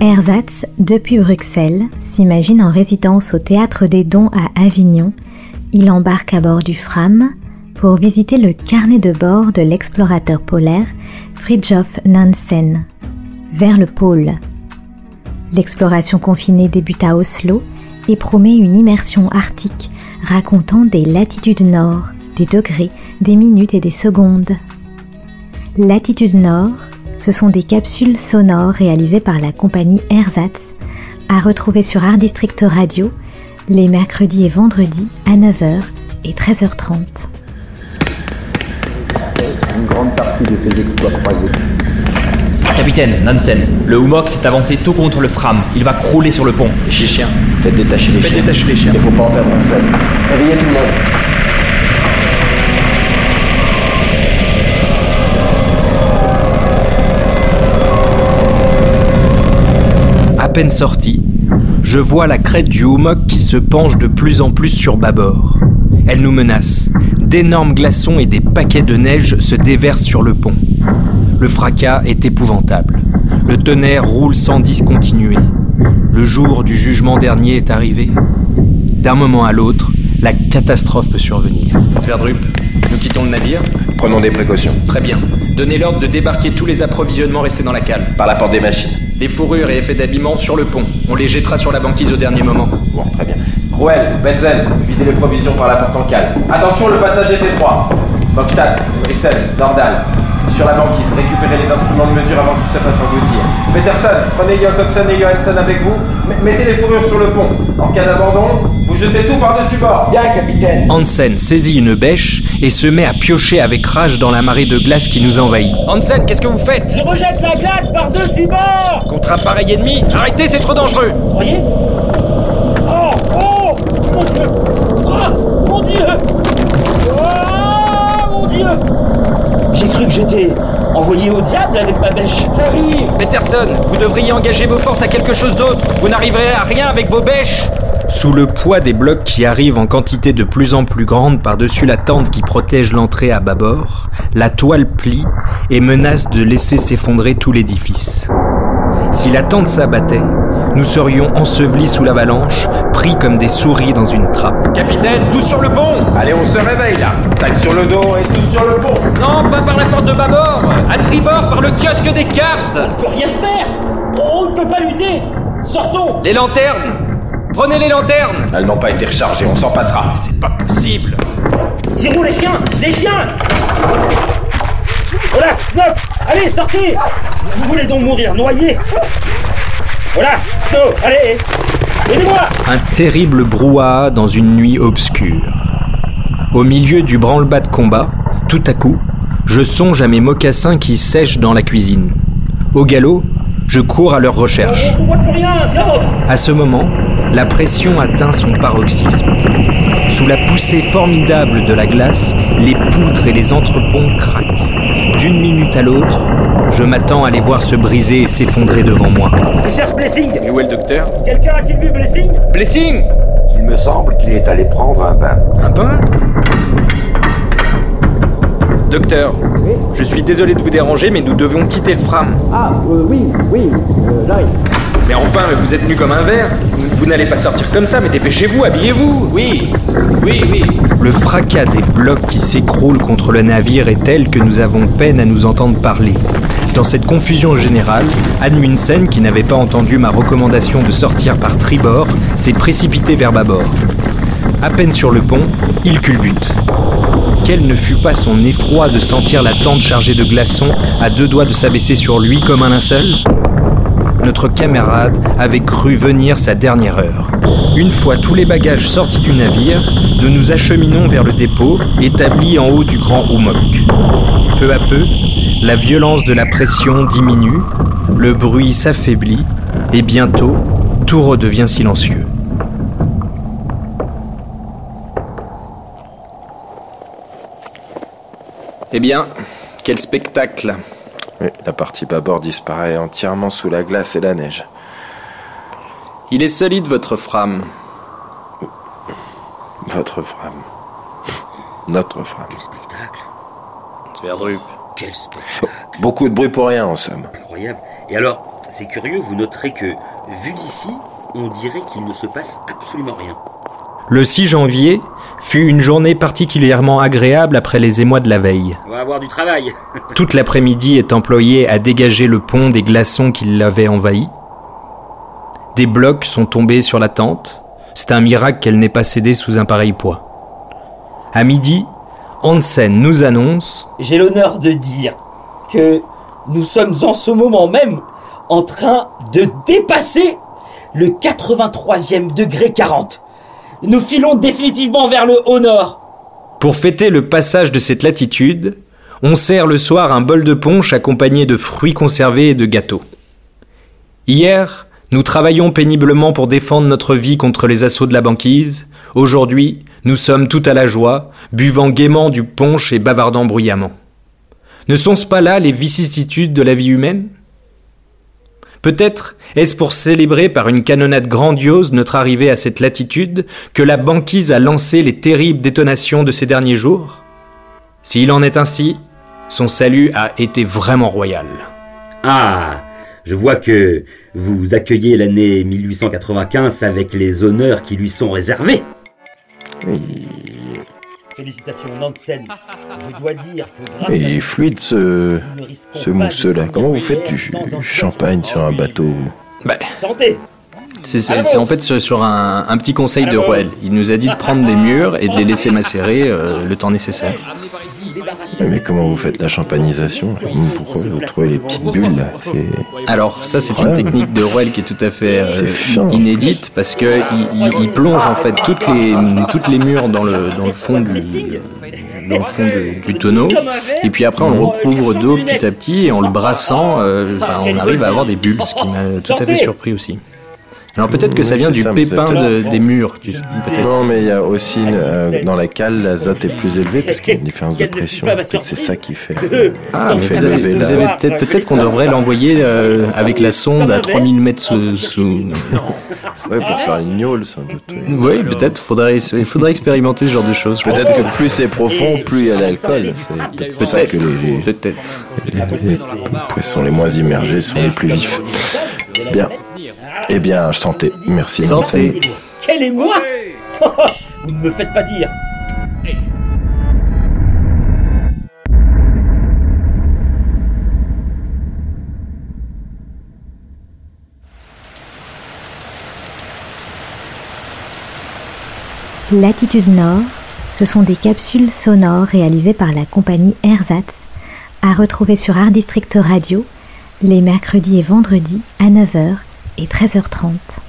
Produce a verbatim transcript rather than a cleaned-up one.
Ersatz, depuis Bruxelles, s'imagine en résidence au Théâtre des Dons à Avignon. Il embarque à bord du Fram pour visiter le carnet de bord de l'explorateur polaire Fridtjof Nansen, vers le pôle. L'exploration confinée débute à Oslo et promet une immersion arctique racontant des latitudes nord, des degrés, des minutes et des secondes. Latitude Nord, ce sont des capsules sonores réalisées par la compagnie Ersatz, à retrouver sur Art District Radio les mercredis et vendredis à neuf heures et treize heures trente. Une grande partie de ces exploits croisés. Capitaine, Nansen, le Hummock s'est avancé tout contre le Fram. Il va crouler sur le pont. Les chiens. Faites détacher les Faites chiens. détacher les chiens. Il ne faut pas en perdre un seul. Réveillez tout le monde. À peine sorti, je vois la crête du Hummock qui se penche de plus en plus sur bâbord. Elle nous menace. D'énormes glaçons et des paquets de neige se déversent sur le pont. Le fracas est épouvantable. Le tonnerre roule sans discontinuer. Le jour du jugement dernier est arrivé. D'un moment à l'autre, la catastrophe peut survenir. Sverdrup, nous quittons le navire. Prenons des précautions. Très bien. Donnez l'ordre de débarquer tous les approvisionnements restés dans la cale. Par la porte des machines. Les fourrures et effets d'habillement sur le pont. On les jettera sur la banquise au dernier moment. Bon, très bien. Rouel, Benzen, videz les provisions par la porte en cale. Attention, le passage est étroit. Mokstad, Brixen, Nordal. Sur la banquise, récupérez les instruments de mesure avant qu'ils se fassent engloutir. Peterson, prenez Jacobson et Johansson avec vous. M- mettez les fourrures sur le pont. En cas d'abandon, vous jetez tout par-dessus bord. Bien, capitaine. Hansen saisit une bêche et se met à piocher avec rage dans la marée de glace qui nous envahit. Hansen, qu'est-ce que vous faites? Je rejette la glace par-dessus bord. Contre un pareil ennemi? Arrêtez, c'est trop dangereux. Vous croyez? Oh, oh, mon Dieu. Ah, mon Dieu. Oh, mon Dieu. J'ai cru que j'étais envoyé au diable avec ma bêche. J'arrive. Peterson, vous devriez engager vos forces à quelque chose d'autre. Vous n'arriverez à rien avec vos bêches. Sous le poids des blocs qui arrivent en quantité de plus en plus grande par-dessus la tente qui protège l'entrée à bâbord, la toile plie et menace de laisser s'effondrer tout l'édifice. Si la tente s'abattait, nous serions ensevelis sous l'avalanche, pris comme des souris dans une trappe. Capitaine, tous sur le pont. Allez, on se réveille là. Sac sur le dos et tous sur le pont. Non, pas par la porte de bâbord. À tribord, par le kiosque des cartes. On ne peut rien faire. On ne peut pas lutter. Sortons. Les lanternes. Prenez les lanternes. Elles n'ont pas été rechargées, on s'en passera. C'est pas possible. Tirons les chiens. Les chiens. Voilà, Snuff. Allez, sortez. Vous voulez donc mourir noyé? Voilà, Snow, allez. Aidez-moi. Un terrible brouhaha dans une nuit obscure. Au milieu du branle-bas de combat, tout à coup, je songe à mes mocassins qui sèchent dans la cuisine. Au galop, je cours à leur recherche. On voit plus rien, viens. À ce moment, la pression atteint son paroxysme. Sous la poussée formidable de la glace, les poutres et les entreponts craquent. D'une minute à l'autre, je m'attends à les voir se briser et s'effondrer devant moi. Je cherche Blessing. Et où est le docteur? Quelqu'un a-t-il vu Blessing? Blessing. Il me semble qu'il est allé prendre un bain. Un bain? Docteur, je suis désolé de vous déranger, mais nous devions quitter le Fram. Ah, euh, oui, oui, euh, j'arrive. Mais enfin, vous êtes nu comme un verre. Vous, vous n'allez pas sortir comme ça, mais dépêchez-vous, habillez-vous. Oui, oui, oui. Le fracas des blocs qui s'écroulent contre le navire est tel que nous avons peine à nous entendre parler. Dans cette confusion générale, Amundsen, qui n'avait pas entendu ma recommandation de sortir par tribord, s'est précipité vers bâbord. À peine sur le pont, il culbute. Quel ne fut pas son effroi de sentir la tente chargée de glaçons à deux doigts de s'abaisser sur lui comme un linceul? Notre camarade avait cru venir sa dernière heure. Une fois tous les bagages sortis du navire, nous nous acheminons vers le dépôt, établi en haut du grand Hummock. Peu à peu, la violence de la pression diminue, le bruit s'affaiblit, et bientôt, tout redevient silencieux. Eh bien, quel spectacle. Oui, la partie bâbord disparaît entièrement sous la glace et la neige. Il est solide, votre Fram. Votre Fram. Notre Fram. Quel spectacle. Sverdrup. Quel spectacle. Beaucoup de bruit pour rien, en somme. Incroyable. Et alors, c'est curieux, vous noterez que, vu d'ici, on dirait qu'il ne se passe absolument rien. Le six janvier fut une journée particulièrement agréable après les émois de la veille. On va avoir du travail. Toute l'après-midi est employée à dégager le pont des glaçons qui l'avaient envahi. Des blocs sont tombés sur la tente. C'est un miracle qu'elle n'ait pas cédé sous un pareil poids. À midi, Hansen nous annonce « J'ai l'honneur de dire que nous sommes en ce moment même en train de dépasser le quatre-vingt-troisième degré quarante. Nous filons définitivement vers le haut nord. » Pour fêter le passage de cette latitude, on sert le soir un bol de punch accompagné de fruits conservés et de gâteaux. Hier, nous travaillons péniblement pour défendre notre vie contre les assauts de la banquise. Aujourd'hui, nous sommes tout à la joie, buvant gaiement du punch et bavardant bruyamment. Ne sont-ce pas là les vicissitudes de la vie humaine ? Peut-être est-ce pour célébrer par une canonnade grandiose notre arrivée à cette latitude que la banquise a lancé les terribles détonations de ces derniers jours ? S'il en est ainsi, son salut a été vraiment royal. Ah, je vois que vous accueillez l'année mille huit cent quatre-vingt-quinze avec les honneurs qui lui sont réservés. Oui. Félicitations Nansen. Je dois dire que grâce Et à fluide ce, ce mousseux-là. Comment vous faites du champagne sur un bateau ? Bah, santé. c'est, c'est, c'est en fait sur, sur un, un petit conseil de Roel. Il nous a dit de prendre des mûres et de les laisser macérer euh, le temps nécessaire. Mais comment vous faites la champanisation ? Pourquoi vous trouvez les petites bulles là ? C'est... Alors ça c'est une Ouais. technique de Roel qui est tout à fait euh, C'est chiant. inédite parce que il, il, il plonge en fait toutes les toutes les mûres dans le dans le fond du dans le fond du, du tonneau et puis après on le recouvre d'eau petit à petit et en le brassant euh, bah, on arrive à avoir des bulles, ce qui m'a tout à fait surpris aussi. Alors peut-être que ça Oui, vient c'est du ça, pépin vous êtes- de, des mûres, tu- peut-être. Non, mais il y a aussi euh, dans la cale, l'azote est plus élevé parce qu'il y a une différence de pression. Peut-être c'est ça qui fait. Ah, qui mais fait vous avez, lever vous la- avez peut-être, peut-être qu'on devrait l'envoyer euh, avec la sonde à trois mille mètres sous... sous... Ouais, pour faire une gnôle, sans doute. Oui, peut-être, faudrait, il faudrait expérimenter ce genre de choses. Je Peut-être pense que plus c'est profond, plus il y a l'alcool. C'est peut-être pour ça que les, les, Peut-être. les, les poissons les moins immergés sont les plus vifs. Bien. Eh bien, santé. Merci. Santé. Nansen. Quel est moi? Vous ne me faites pas dire. Latitude Nord, ce sont des capsules sonores réalisées par la compagnie Ersatz, à retrouver sur Art District Radio les mercredis et vendredis à neuf heures et treize heures trente.